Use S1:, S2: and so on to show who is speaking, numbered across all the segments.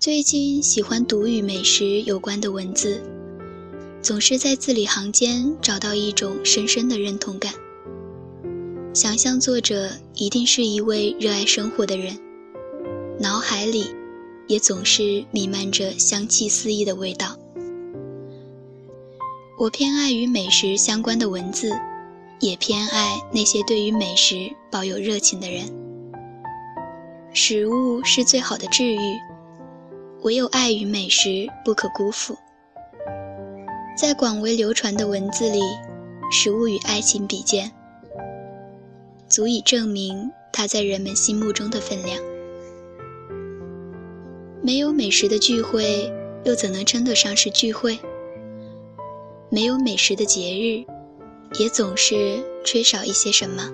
S1: 最近喜欢读与美食有关的文字，总是在字里行间找到一种深深的认同感。想象作者一定是一位热爱生活的人，脑海里也总是弥漫着香气四溢的味道。我偏爱与美食相关的文字，也偏爱那些对于美食抱有热情的人。食物是最好的治愈，唯有爱与美食不可辜负。在广为流传的文字里，食物与爱情比肩，足以证明它在人们心目中的分量。没有美食的聚会，又怎能称得上是聚会？没有美食的节日，也总是缺少一些什么。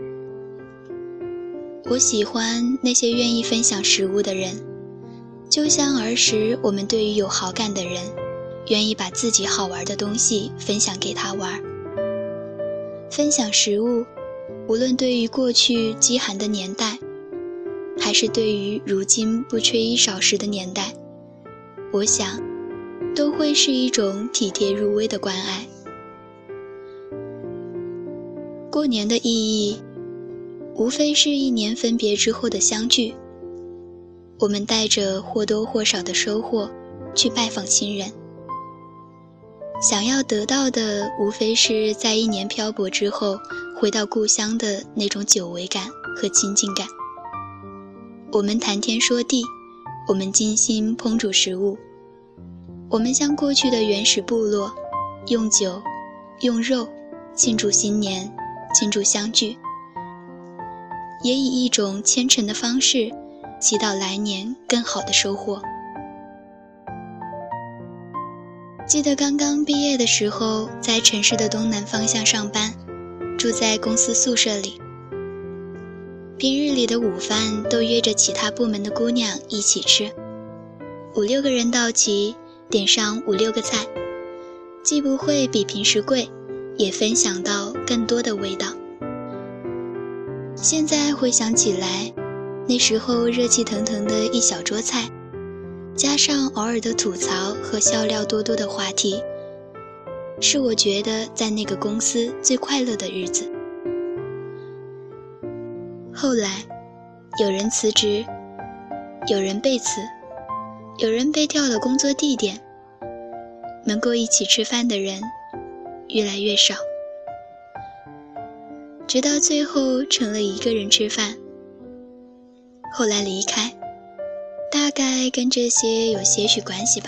S1: 我喜欢那些愿意分享食物的人，就像儿时我们对于有好感的人，愿意把自己好玩的东西分享给他玩。分享食物，无论对于过去饥寒的年代，还是对于如今不缺衣少食的年代，我想都会是一种体贴入微的关爱。过年的意义，无非是一年分别之后的相聚，我们带着或多或少的收获去拜访亲人，想要得到的无非是在一年漂泊之后回到故乡的那种久违感和亲近感。我们谈天说地，我们精心烹煮食物，我们像过去的原始部落，用酒用肉庆祝新年，庆祝相聚，也以一种虔诚的方式祈祷来年更好的收获。记得刚刚毕业的时候，在城市的东南方向上班，住在公司宿舍里。平日里的午饭都约着其他部门的姑娘一起吃，5-6个人到齐，点上5-6个菜，既不会比平时贵，也分享到更多的味道。现在回想起来，那时候热气腾腾的一小桌菜，加上偶尔的吐槽和笑料多多的话题，是我觉得在那个公司最快乐的日子。后来有人辞职，有人被辞，有人被调了工作地点，能够一起吃饭的人越来越少，直到最后成了一个人吃饭。后来离开，大概跟这些有些许关系吧。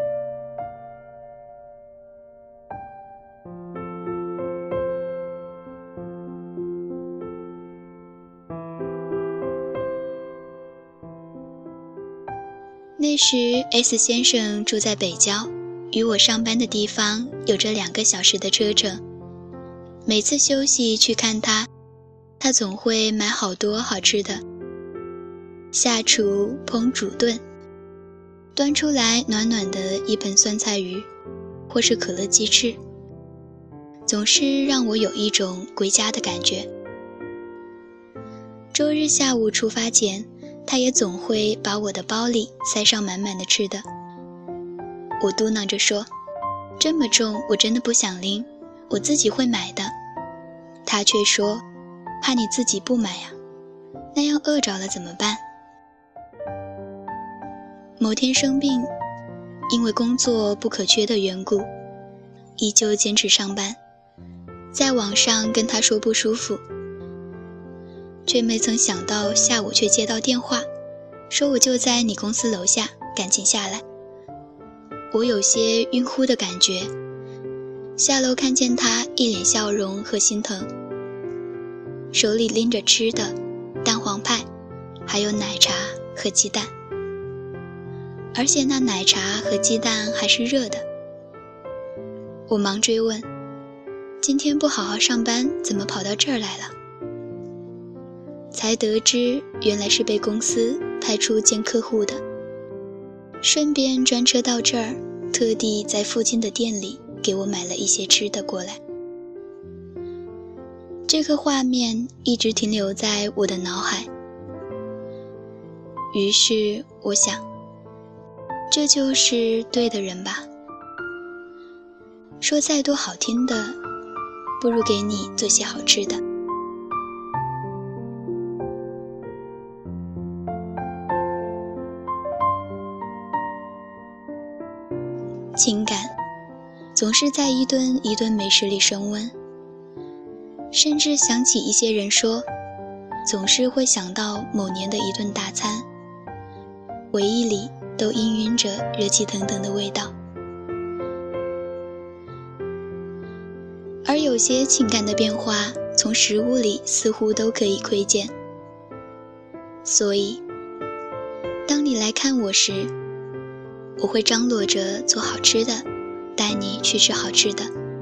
S1: 那时 S 先生住在北郊，与我上班的地方有着2个小时的车程。每次休息去看他，他总会买好多好吃的，下厨烹煮炖，端出来暖暖的一盆酸菜鱼，或是可乐鸡翅，总是让我有一种归家的感觉。周日下午出发前，他也总会把我的包里塞上满满的吃的。我嘟囔着说，这么重我真的不想拎，我自己会买的。他却说，怕你自己不买呀，那样饿着了怎么办？某天生病，因为工作不可缺的缘故，依旧坚持上班，在网上跟他说不舒服，却没曾想到下午却接到电话，说我就在你公司楼下，赶紧下来。我有些晕乎的感觉，下楼看见他一脸笑容和心疼，手里拎着吃的，蛋黄派，还有奶茶和鸡蛋，而且那奶茶和鸡蛋还是热的。我忙追问，今天不好好上班，怎么跑到这儿来了？才得知原来是被公司派出见客户的，顺便专车到这儿，特地在附近的店里给我买了一些吃的过来。这个画面一直停留在我的脑海，于是我想， 这就是对的人吧。说再多好听的，不如给你做些好吃的。情感总是在一顿一顿美食里升温，甚至想起一些人说，总是会想到某年的一顿大餐，回忆里都氤氲着热气腾腾的味道。而有些情感的变化，从食物里似乎都可以窥见。所以，当你来看我时，我会张罗着做好吃的，带你去吃好吃的。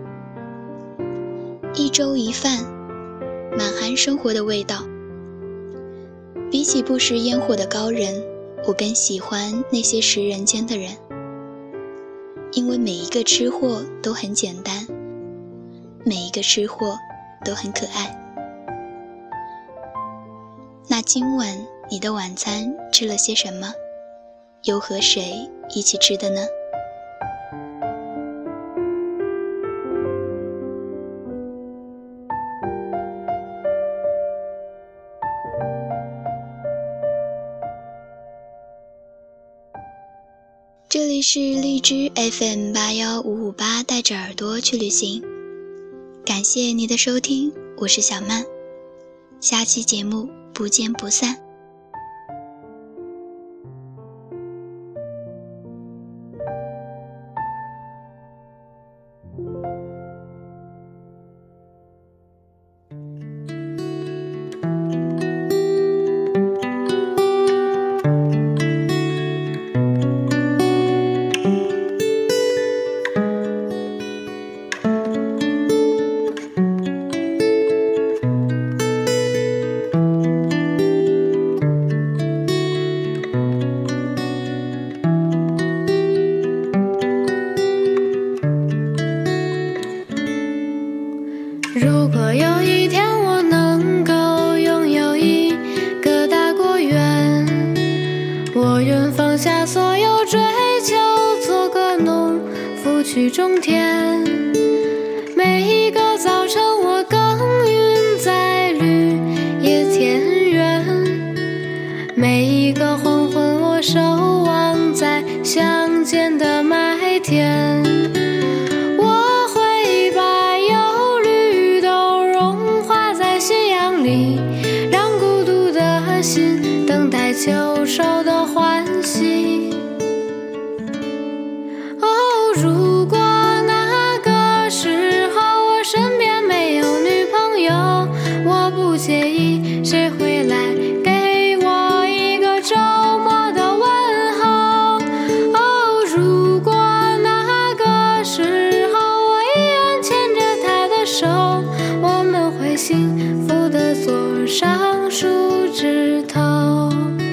S1: 一粥一饭，满含生活的味道。比起不食烟火的高人，我更喜欢那些食人间的人，因为每一个吃货都很简单，每一个吃货都很可爱。那今晚你的晚餐吃了些什么？又和谁一起吃的呢？这里是荔枝 FM81558，带着耳朵去旅行。感谢你的收听，我是小曼，下期节目不见不散。
S2: 如果有一天我能够拥有一个大果园，我愿放下所有追求，做个农夫去种田。每一个早晨我耕耘在绿野田园，每一个黄昏我守望在乡间的麦田。让孤独的心等待秋收的欢喜。哦，如果那个时候我身边没有女朋友，我不介意谁会来给我一个周末的问候。哦，如果那个时候我依然牵着她的手，我们会幸福地坐上树枝头。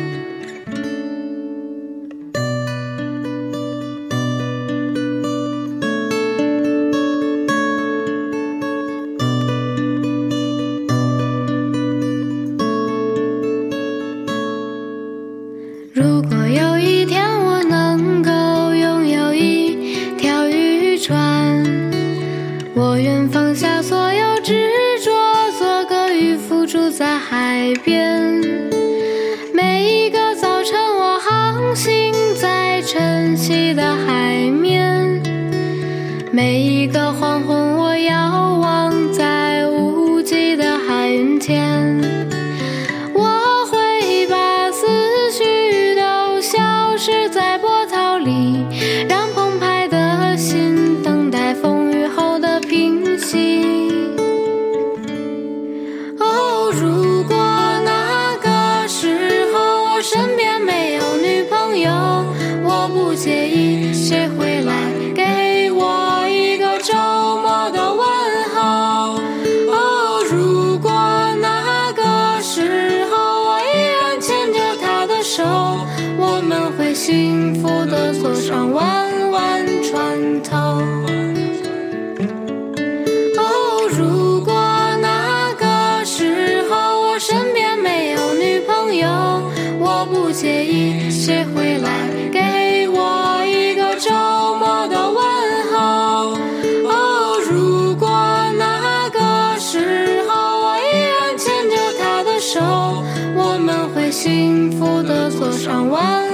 S2: 如果有一天我能够拥有一条渔船，我愿放下所有执着，做个渔夫住在海边。每一个早晨我航行在晨曦的海面，每一个黄昏我遥望在无际的海云间。我会把思绪都消失在波涛里，让澎湃的心等待风雨后的平息。如果那个时候我身边没有女朋友，我不介意谁会来给我一个周末的问候。如果那个时候我依然牵着她的手，我们会幸福地坐上弯弯船头。身边没有女朋友，我不介意谁会来给我幸福地坐上弯。